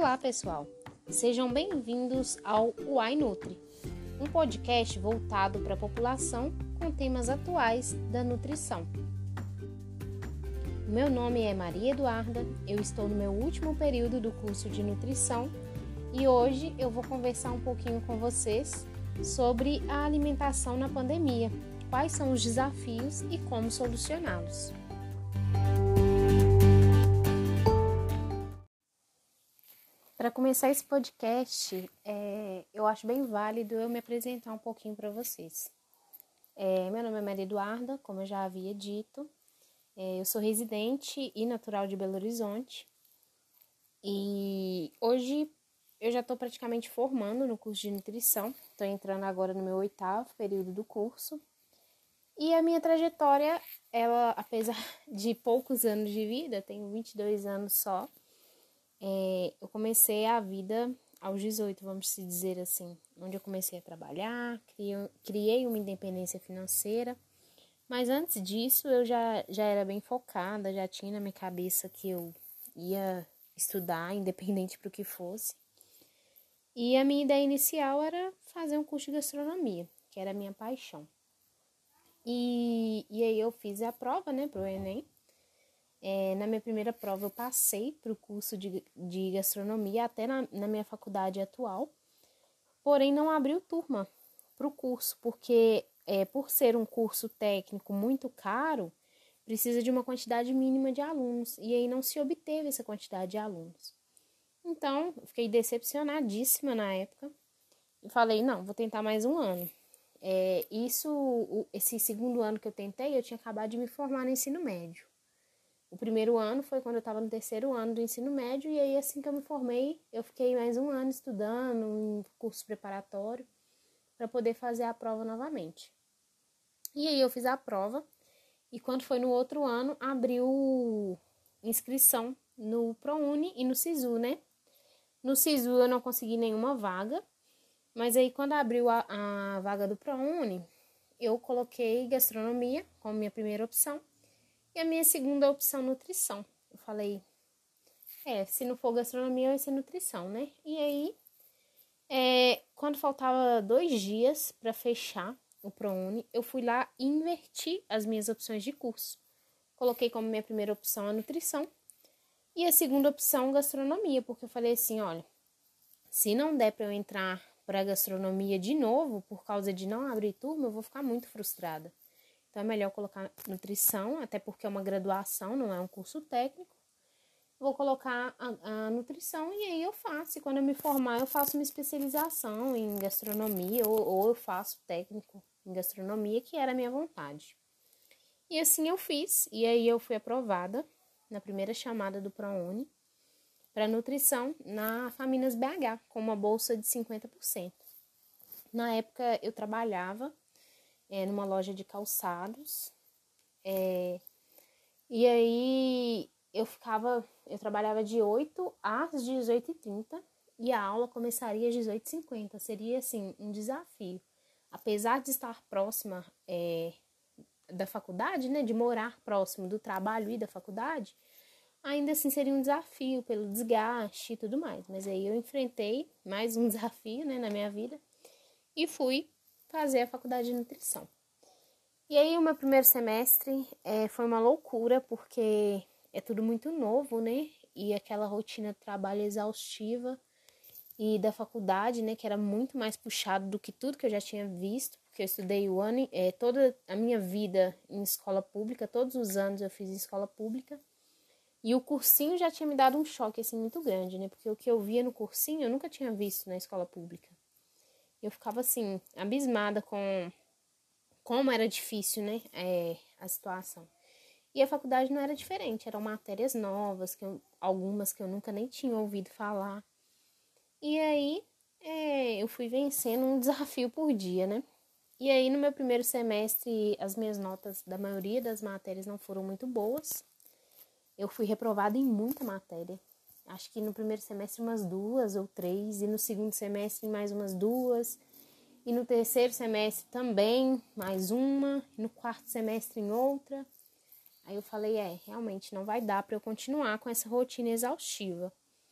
Olá, pessoal! Sejam bem-vindos ao Uai Nutri, um podcast voltado para a população com temas atuais da nutrição. O meu nome é Maria Eduarda, eu estou no meu último período do curso de nutrição e hoje eu vou conversar um pouquinho com vocês sobre a alimentação na pandemia, quais são os desafios e como solucioná-los. Para começar esse podcast, eu acho bem válido eu me apresentar um pouquinho para vocês. Meu nome é Maria Eduarda, como eu já havia dito, eu sou residente e natural de Belo Horizonte e hoje eu já estou praticamente formando no curso de nutrição, estou entrando agora no meu 8º período do curso e a minha trajetória, ela, apesar de poucos anos de vida, tenho 22 anos só, eu comecei a vida aos 18, vamos dizer assim, onde eu comecei a trabalhar, criei uma independência financeira, mas antes disso eu já era bem focada, já tinha na minha cabeça que eu ia estudar, independente para o que fosse. E a minha ideia inicial era fazer um curso de gastronomia, que era a minha paixão. E aí eu fiz a prova, pro Enem. Na minha primeira prova eu passei para o curso de gastronomia até na minha faculdade atual, porém não abriu turma para o curso, porque por ser um curso técnico muito caro, precisa de uma quantidade mínima de alunos, e aí não se obteve essa quantidade de alunos. Então, eu fiquei decepcionadíssima na época e falei, não, vou tentar mais um ano. Esse segundo ano que eu tentei, eu tinha acabado de me formar no ensino médio. O primeiro ano foi quando eu estava no 3º ano do ensino médio, e aí assim que eu me formei, eu fiquei mais um ano estudando, um curso preparatório, para poder fazer a prova novamente. E aí eu fiz a prova, e quando foi no outro ano, abriu inscrição no ProUni e no SISU, No SISU eu não consegui nenhuma vaga, mas aí quando abriu a vaga do ProUni, eu coloquei gastronomia como minha primeira opção, e a minha segunda opção, nutrição. Eu falei, se não for gastronomia, vai ser nutrição, E aí, quando faltava 2 dias para fechar o ProUni, eu fui lá e inverti as minhas opções de curso. Coloquei como minha primeira opção a nutrição e a segunda opção gastronomia, porque eu falei assim, olha, se não der para eu entrar para gastronomia de novo, por causa de não abrir turma, eu vou ficar muito frustrada. Então, é melhor colocar nutrição, até porque é uma graduação, não é um curso técnico. Vou colocar a nutrição e aí eu faço. E quando eu me formar, eu faço uma especialização em gastronomia ou eu faço técnico em gastronomia, que era a minha vontade. E assim eu fiz. E aí eu fui aprovada na primeira chamada do ProUni para nutrição na Faminas BH, com uma bolsa de 50%. Na época, eu trabalhava numa loja de calçados, e aí eu trabalhava de 8 às 18h30 e a aula começaria às 18h50, seria assim um desafio, apesar de estar próxima da faculdade, de morar próximo do trabalho e da faculdade, ainda assim seria um desafio pelo desgaste e tudo mais, mas aí eu enfrentei mais um desafio, na minha vida e fui fazer a faculdade de nutrição. E aí o meu primeiro semestre foi uma loucura, porque é tudo muito novo, E aquela rotina de trabalho exaustiva e da faculdade, que era muito mais puxado do que tudo que eu já tinha visto, porque eu estudei toda a minha vida em escola pública, todos os anos eu fiz em escola pública. E o cursinho já tinha me dado um choque, assim, muito grande, Porque o que eu via no cursinho eu nunca tinha visto na escola pública. Eu ficava, assim, abismada com como era difícil, a situação. E a faculdade não era diferente, eram matérias novas, algumas que eu nunca nem tinha ouvido falar. E aí, eu fui vencendo um desafio por dia, E aí, no meu primeiro semestre, as minhas notas da maioria das matérias não foram muito boas. Eu fui reprovada em muita matéria. Acho que no primeiro semestre umas 2 ou 3, e no segundo semestre mais umas 2, e no terceiro semestre também mais uma, e no quarto semestre em outra. Aí eu falei, realmente não vai dar para eu continuar com essa rotina exaustiva.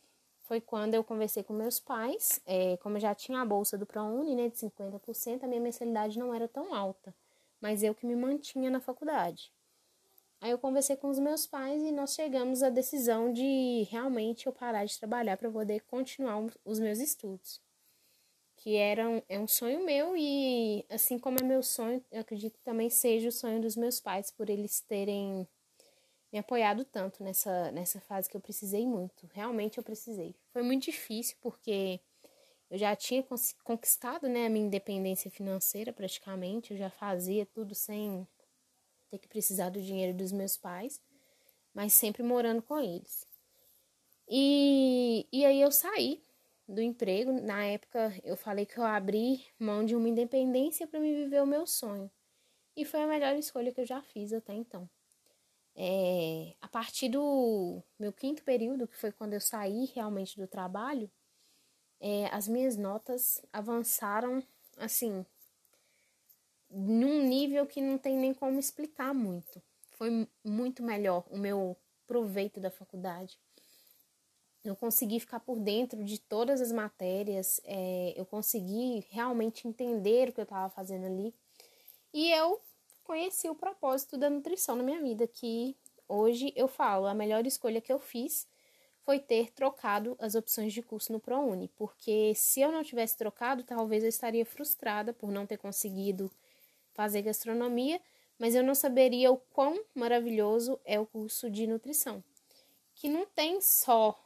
foi quando eu conversei com meus pais. Como eu já tinha a bolsa do ProUni, né, de 50%, a minha mensalidade não era tão alta, mas eu que me mantinha na faculdade. Aí eu conversei com os meus pais e nós chegamos à decisão de realmente eu parar de trabalhar para poder continuar os meus estudos. Que é um sonho meu e, assim como é meu sonho, eu acredito que também seja o sonho dos meus pais, por eles terem me apoiado tanto nessa fase que eu precisei muito. Realmente eu precisei. Foi muito difícil porque eu já tinha conquistado, né, a minha independência financeira praticamente. Eu já fazia tudo sem ter que precisar do dinheiro dos meus pais, mas sempre morando com eles. E aí eu saí do emprego. Na época eu falei que eu abri mão de uma independência para me viver o meu sonho. E foi a melhor escolha que eu já fiz até então. A partir do meu 5º período, que foi quando eu saí realmente do trabalho, as minhas notas avançaram, assim, num nível que não tem nem como explicar muito. Foi muito melhor o meu proveito da faculdade. Eu consegui ficar por dentro de todas as matérias, eu consegui realmente entender o que eu estava fazendo ali. E eu conheci o propósito da nutrição na minha vida, que hoje eu falo, a melhor escolha que eu fiz foi ter trocado as opções de curso no ProUni, porque se eu não tivesse trocado, talvez eu estaria frustrada por não ter conseguido fazer gastronomia, mas eu não saberia o quão maravilhoso é o curso de nutrição, que não tem só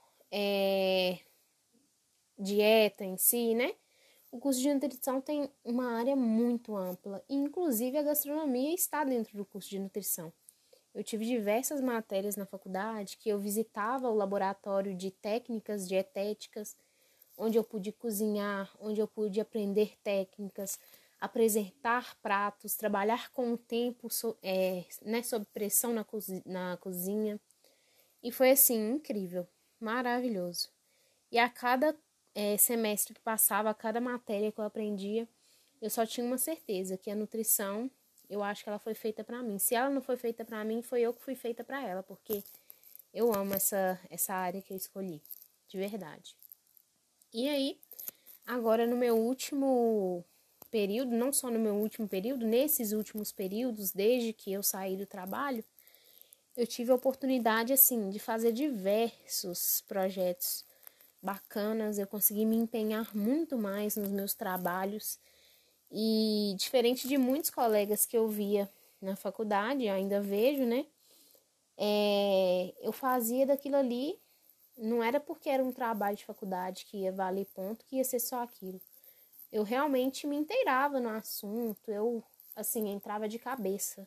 dieta em si, né? O curso de nutrição tem uma área muito ampla, e inclusive a gastronomia está dentro do curso de nutrição. Eu tive diversas matérias na faculdade que eu visitava o laboratório de técnicas dietéticas, onde eu pude cozinhar, onde eu pude aprender técnicas, apresentar pratos, trabalhar com o tempo, né, sob pressão na cozinha. E foi assim, incrível, maravilhoso. E a cada semestre que passava, a cada matéria que eu aprendia, eu só tinha uma certeza, que a nutrição, eu acho que ela foi feita para mim. Se ela não foi feita para mim, foi eu que fui feita para ela, porque eu amo essa área que eu escolhi, de verdade. E aí, agora no meu último período, não só no meu último período, nesses últimos períodos, desde que eu saí do trabalho, eu tive a oportunidade, assim, de fazer diversos projetos bacanas. Eu consegui me empenhar muito mais nos meus trabalhos e, diferente de muitos colegas que eu via na faculdade, ainda vejo, né? Eu fazia daquilo ali, não era porque era um trabalho de faculdade que ia valer ponto, que ia ser só aquilo. Eu realmente me inteirava no assunto, eu, assim, entrava de cabeça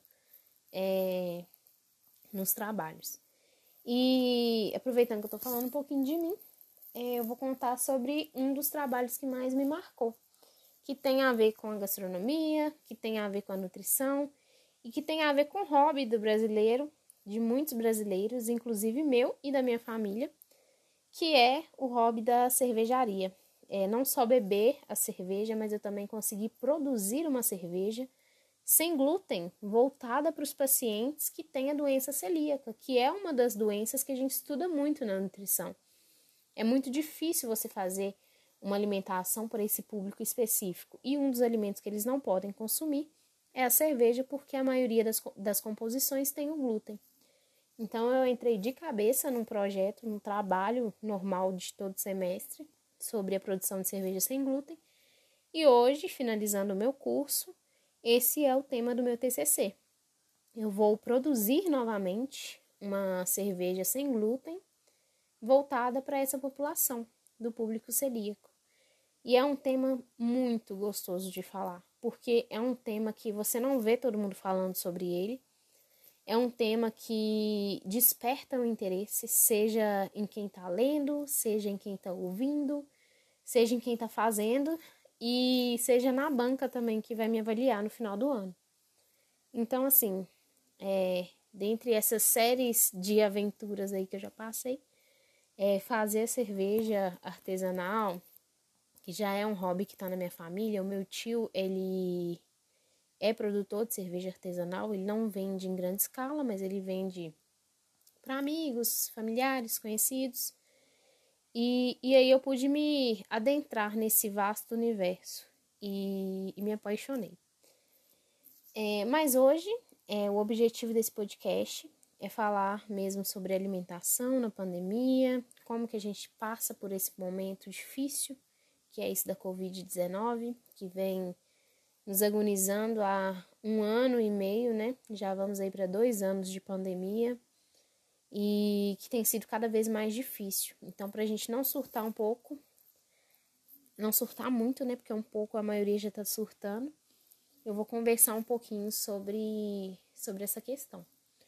nos trabalhos. E aproveitando que eu tô falando um pouquinho de mim, eu vou contar sobre um dos trabalhos que mais me marcou, que tem a ver com a gastronomia, que tem a ver com a nutrição e que tem a ver com o hobby do brasileiro, de muitos brasileiros, inclusive meu e da minha família, que é o hobby da cervejaria. Não só beber a cerveja, mas eu também consegui produzir uma cerveja sem glúten, voltada para os pacientes que têm a doença celíaca, que é uma das doenças que a gente estuda muito na nutrição. É muito difícil você fazer uma alimentação para esse público específico. E um dos alimentos que eles não podem consumir é a cerveja, porque a maioria das composições tem o glúten. Então eu entrei de cabeça num projeto, num trabalho normal de todo semestre, sobre a produção de cerveja sem glúten. E hoje, finalizando o meu curso, esse é o tema do meu TCC. Eu vou produzir novamente uma cerveja sem glúten, voltada para essa população do público celíaco. E é um tema muito gostoso de falar, porque é um tema que você não vê todo mundo falando sobre ele. É um tema que desperta o interesse, seja em quem está lendo, seja em quem está ouvindo, seja em quem está fazendo e seja na banca também que vai me avaliar no final do ano. Então, assim, dentre essas séries de aventuras aí que eu já passei, fazer a cerveja artesanal, que já é um hobby que está na minha família. O meu tio, ele é produtor de cerveja artesanal, ele não vende em grande escala, mas ele vende para amigos, familiares, conhecidos. E aí eu pude me adentrar nesse vasto universo e me apaixonei. Mas hoje, o objetivo desse podcast é falar mesmo sobre alimentação na pandemia, como que a gente passa por esse momento difícil, que é esse da Covid-19, que vem nos agonizando há 1 ano e meio, né? Já vamos aí para 2 anos de pandemia e que tem sido cada vez mais difícil. Então, para a gente não surtar um pouco, não surtar muito, né? Porque um pouco a maioria já está surtando, eu vou conversar um pouquinho sobre essa questão.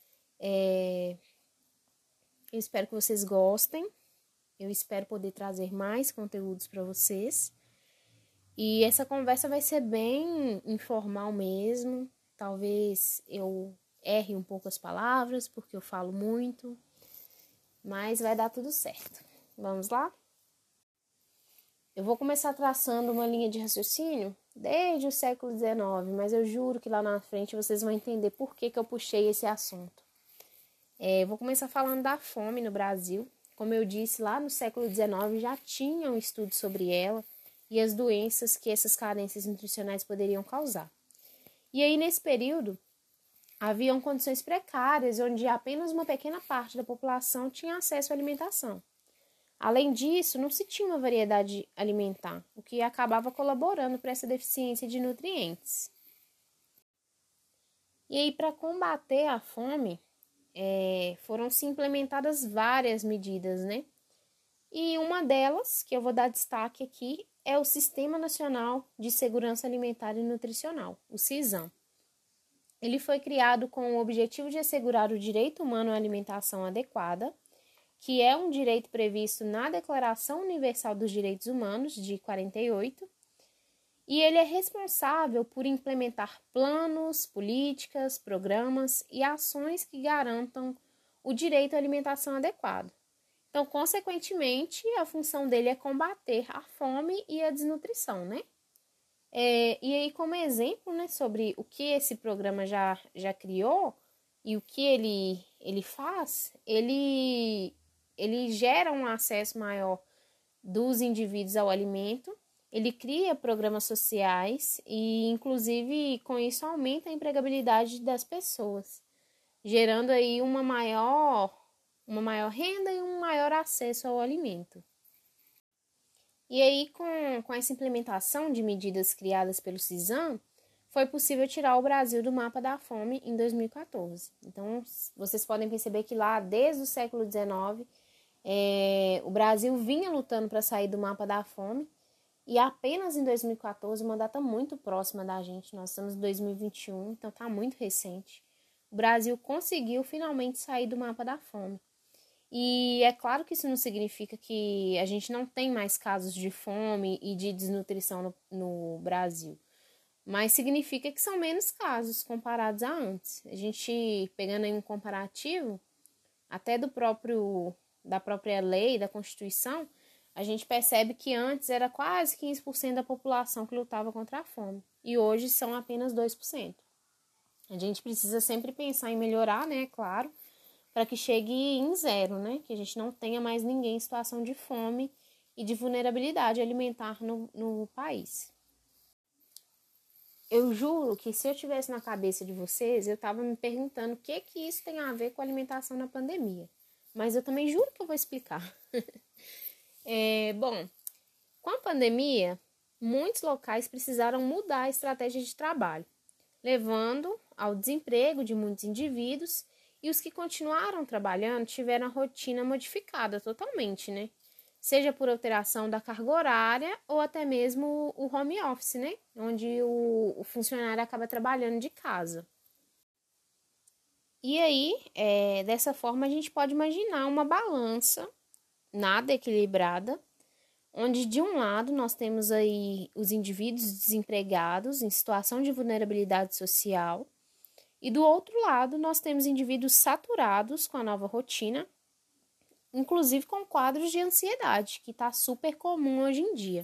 Eu espero que vocês gostem, eu espero poder trazer mais conteúdos para vocês. E essa conversa vai ser bem informal mesmo. Talvez eu erre um pouco as palavras, porque eu falo muito, mas vai dar tudo certo. Vamos lá? Eu vou começar traçando uma linha de raciocínio desde o século XIX, mas eu juro que lá na frente vocês vão entender por que eu puxei esse assunto. Eu vou começar falando da fome no Brasil. Como eu disse, lá no século XIX já tinha um estudo sobre ela e as doenças que essas carências nutricionais poderiam causar. E aí, nesse período, haviam condições precárias, onde apenas uma pequena parte da população tinha acesso à alimentação. Além disso, não se tinha uma variedade alimentar, o que acabava colaborando para essa deficiência de nutrientes. E aí, para combater a fome, foram-se implementadas várias medidas, né? E uma delas, que eu vou dar destaque aqui, é o Sistema Nacional de Segurança Alimentar e Nutricional, o SISAM. Ele foi criado com o objetivo de assegurar o direito humano à alimentação adequada, que é um direito previsto na Declaração Universal dos Direitos Humanos, de 48, e ele é responsável por implementar planos, políticas, programas e ações que garantam o direito à alimentação adequada. Então, consequentemente, a função dele é combater a fome e a desnutrição, né? E aí, como exemplo, né, sobre o que esse programa já criou e o que ele faz, ele gera um acesso maior dos indivíduos ao alimento, ele cria programas sociais e, inclusive, com isso aumenta a empregabilidade das pessoas, gerando aí uma maior renda e um maior acesso ao alimento. E aí, com essa implementação de medidas criadas pelo CISAM, foi possível tirar o Brasil do mapa da fome em 2014. Então, vocês podem perceber que lá, desde o século XIX, o Brasil vinha lutando para sair do mapa da fome, e apenas em 2014, uma data muito próxima da gente, nós estamos em 2021, então está muito recente, o Brasil conseguiu finalmente sair do mapa da fome. E é claro que isso não significa que a gente não tem mais casos de fome e de desnutrição no Brasil, mas significa que são menos casos comparados a antes. A gente, pegando aí um comparativo, até da própria lei, da Constituição, a gente percebe que antes era quase 15% da população que lutava contra a fome, e hoje são apenas 2%. A gente precisa sempre pensar em melhorar, né, claro, para que chegue em zero, né? Que a gente não tenha mais ninguém em situação de fome e de vulnerabilidade alimentar no país. Eu juro que se eu tivesse na cabeça de vocês, eu estava me perguntando o que isso tem a ver com a alimentação na pandemia. Mas eu também juro que eu vou explicar. Bom, com a pandemia, muitos locais precisaram mudar a estratégia de trabalho, levando ao desemprego de muitos indivíduos. E os que continuaram trabalhando tiveram a rotina modificada totalmente, né? Seja por alteração da carga horária ou até mesmo o home office, né? Onde o funcionário acaba trabalhando de casa. E aí, dessa forma, a gente pode imaginar uma balança nada equilibrada, onde de um lado nós temos aí os indivíduos desempregados em situação de vulnerabilidade social, e do outro lado, nós temos indivíduos saturados com a nova rotina, inclusive com quadros de ansiedade, que está super comum hoje em dia.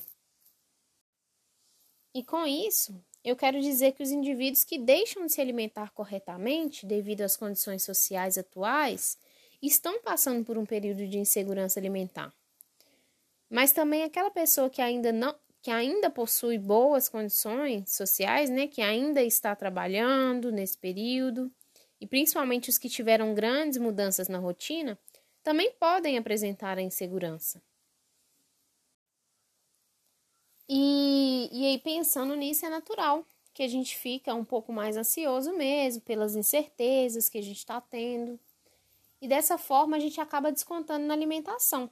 E com isso, eu quero dizer que os indivíduos que deixam de se alimentar corretamente, devido às condições sociais atuais, estão passando por um período de insegurança alimentar. mas também aquela pessoa que ainda possui boas condições sociais, né, que ainda está trabalhando nesse período, e principalmente os que tiveram grandes mudanças na rotina, também podem apresentar a insegurança. E aí, pensando nisso, é natural que a gente fica um pouco mais ansioso mesmo, pelas incertezas que a gente está tendo. E dessa forma, a gente acaba descontando na alimentação.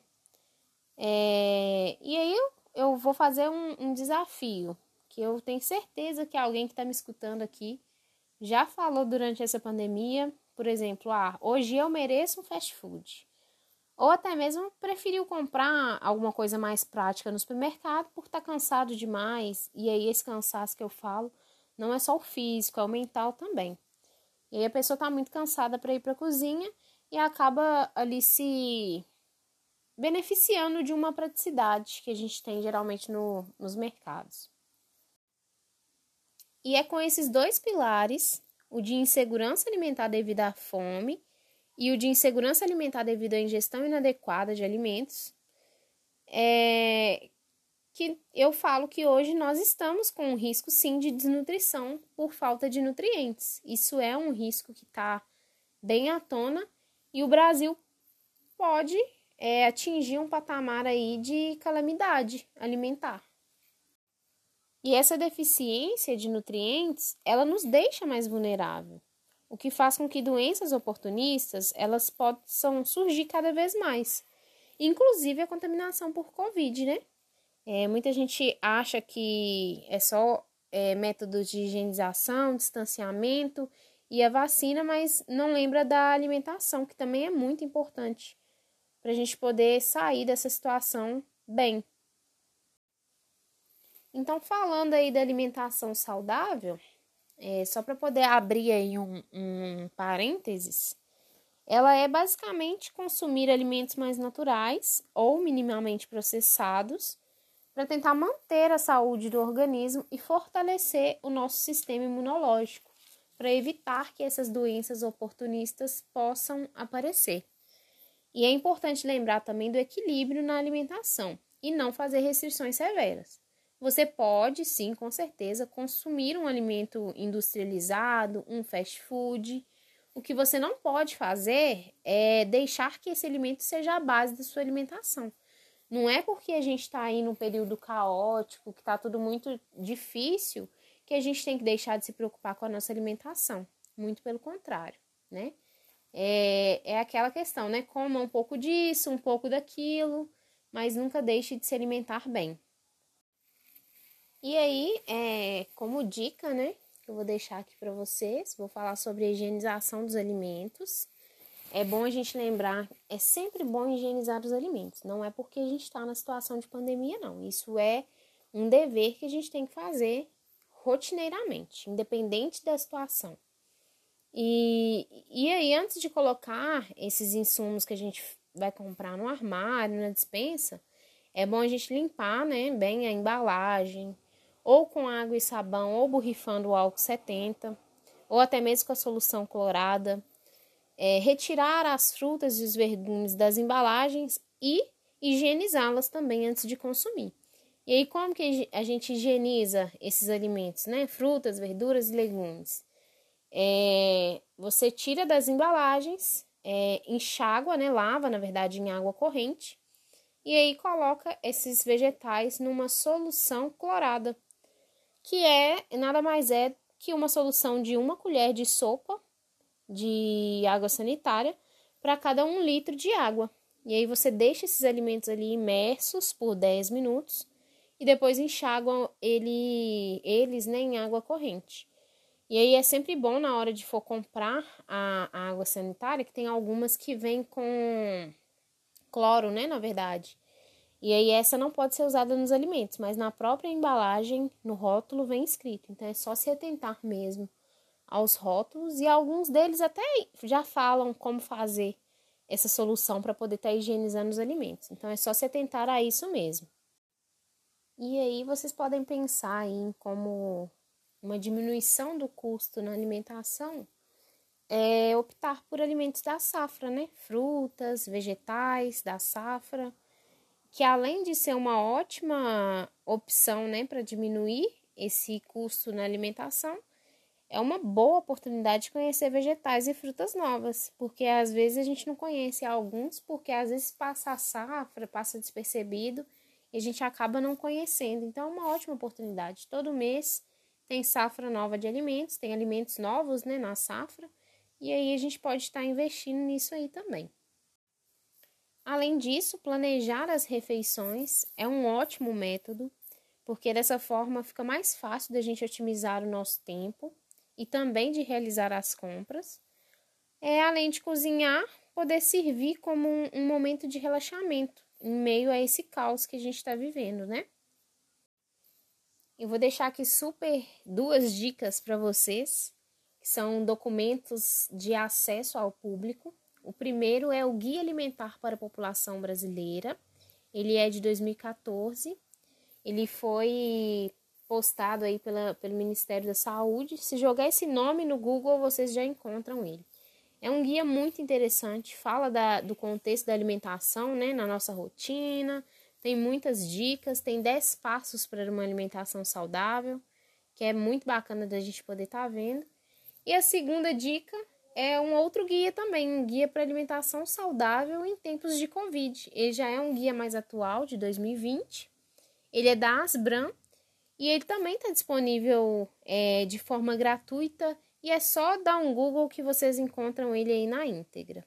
E aí, eu vou fazer um desafio, que eu tenho certeza que alguém que está me escutando aqui já falou durante essa pandemia, por exemplo, hoje eu mereço um fast food. Ou até mesmo preferiu comprar alguma coisa mais prática no supermercado por estar cansado demais. E aí esse cansaço que eu falo não é só o físico, é o mental também. E aí a pessoa está muito cansada para ir para a cozinha e acaba ali se beneficiando de uma praticidade que a gente tem geralmente nos mercados. E é com esses dois pilares, o de insegurança alimentar devido à fome e o de insegurança alimentar devido à ingestão inadequada de alimentos, que eu falo que hoje nós estamos com um risco, sim, de desnutrição por falta de nutrientes. Isso é um risco que está bem à tona e o Brasil pode atingir um patamar aí de calamidade alimentar. E essa deficiência de nutrientes, ela nos deixa mais vulnerável, o que faz com que doenças oportunistas, elas possam surgir cada vez mais, inclusive a contaminação por Covid, né? Muita gente acha que é só métodos de higienização, distanciamento e a vacina, mas não lembra da alimentação, que também é muito importante para a gente poder sair dessa situação bem. Então, falando aí da alimentação saudável, só para poder abrir aí um parênteses, ela é basicamente consumir alimentos mais naturais ou minimamente processados para tentar manter a saúde do organismo e fortalecer o nosso sistema imunológico, para evitar que essas doenças oportunistas possam aparecer. E é importante lembrar também do equilíbrio na alimentação e não fazer restrições severas. Você pode, sim, com certeza, consumir um alimento industrializado, um fast food. O que você não pode fazer é deixar que esse alimento seja a base da sua alimentação. Não é porque a gente está aí num período caótico, que está tudo muito difícil, que a gente tem que deixar de se preocupar com a nossa alimentação. Muito pelo contrário, né? É aquela questão, né? Coma um pouco disso, um pouco daquilo, mas nunca deixe de se alimentar bem. E aí, como dica, né, que eu vou deixar aqui para vocês, vou falar sobre a higienização dos alimentos. É bom a gente lembrar, é sempre bom higienizar os alimentos. Não é porque a gente está na situação de pandemia, não. Isso é um dever que a gente tem que fazer rotineiramente, independente da situação. E aí, antes de colocar esses insumos que a gente vai comprar no armário, na despensa, é bom a gente limpar, né, bem a embalagem, ou com água e sabão, ou borrifando o álcool 70, ou até mesmo com a solução clorada. Retirar as frutas e os legumes das embalagens e higienizá-las também antes de consumir. E aí, como que a gente higieniza esses alimentos, né? Frutas, verduras e legumes. Você tira das embalagens, enxágua, né? Lava, na verdade, em água corrente. E aí coloca esses vegetais numa solução clorada, que nada mais é que uma solução de 1 colher de sopa de água sanitária para cada 1 litro de água. E aí você deixa esses alimentos ali imersos por 10 minutos e depois enxágua eles, né, em água corrente. E aí é sempre bom na hora de for comprar a água sanitária, que tem algumas que vêm com cloro, né, na verdade. E aí essa não pode ser usada nos alimentos, mas na própria embalagem, no rótulo, vem escrito. Então é só se atentar mesmo aos rótulos e alguns deles até já falam como fazer essa solução para poder estar higienizando os alimentos. Então é só se atentar a isso mesmo. E aí vocês podem pensar em como uma diminuição do custo na alimentação optar por alimentos da safra, né? Frutas, vegetais da safra, que além de ser uma ótima opção, né, para diminuir esse custo na alimentação, é uma boa oportunidade de conhecer vegetais e frutas novas, porque às vezes a gente não conhece alguns, porque às vezes passa a safra, passa despercebido e a gente acaba não conhecendo. Então é uma ótima oportunidade. Todo mês tem safra nova de alimentos, tem alimentos novos, né, na safra, e aí a gente pode estar investindo nisso aí também. Além disso, planejar as refeições é um ótimo método, porque dessa forma fica mais fácil da gente otimizar o nosso tempo e também de realizar as compras. Além de cozinhar, poder servir como um momento de relaxamento em meio a esse caos que a gente está vivendo, né? Eu vou deixar aqui super 2 dicas para vocês, que são documentos de acesso ao público. O primeiro é o Guia Alimentar para a População Brasileira. Ele é de 2014. Ele foi postado aí pelo Ministério da Saúde. Se jogar esse nome no Google, vocês já encontram ele. É um guia muito interessante, fala do contexto da alimentação, né, na nossa rotina, tem muitas dicas, tem 10 passos para uma alimentação saudável, que é muito bacana da gente poder estar vendo. E a segunda dica é um outro guia também, um guia para alimentação saudável em tempos de Covid. Ele já é um guia mais atual, de 2020. Ele é da Asbram e ele também está disponível de forma gratuita e é só dar um Google que vocês encontram ele aí na íntegra.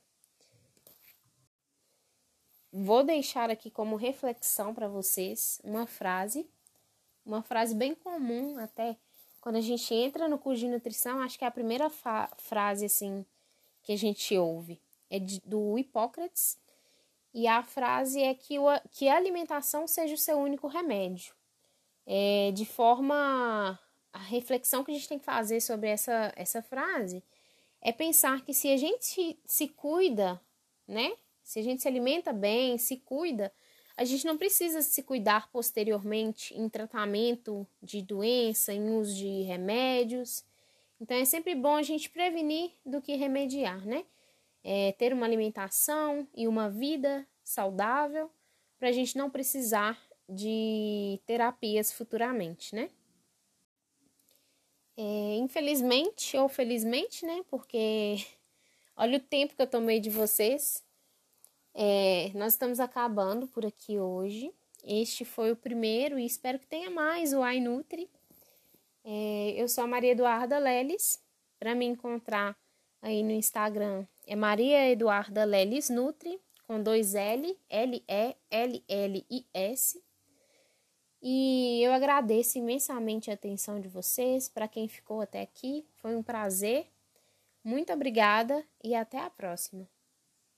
Vou deixar aqui como reflexão para vocês uma frase bem comum até quando a gente entra no curso de nutrição, acho que é a primeira frase assim que a gente ouve. É do Hipócrates e a frase é que a alimentação seja o seu único remédio. De forma, a reflexão que a gente tem que fazer sobre essa frase é pensar que se a gente se cuida, né? Se a gente se alimenta bem, se cuida, a gente não precisa se cuidar posteriormente em tratamento de doença, em uso de remédios. Então é sempre bom a gente prevenir do que remediar, né? Ter uma alimentação e uma vida saudável para a gente não precisar de terapias futuramente, né? Infelizmente ou felizmente, né? Porque olha o tempo que eu tomei de vocês. Nós estamos acabando por aqui hoje. Este foi o primeiro e espero que tenha mais o iNutri. Eu sou a Maria Eduarda Leles. Para me encontrar aí no Instagram é Maria Eduarda Leles Nutri, com 2 L, L-E-L-L-I-S. E eu agradeço imensamente a atenção de vocês. Para quem ficou até aqui, foi um prazer. Muito obrigada e até a próxima.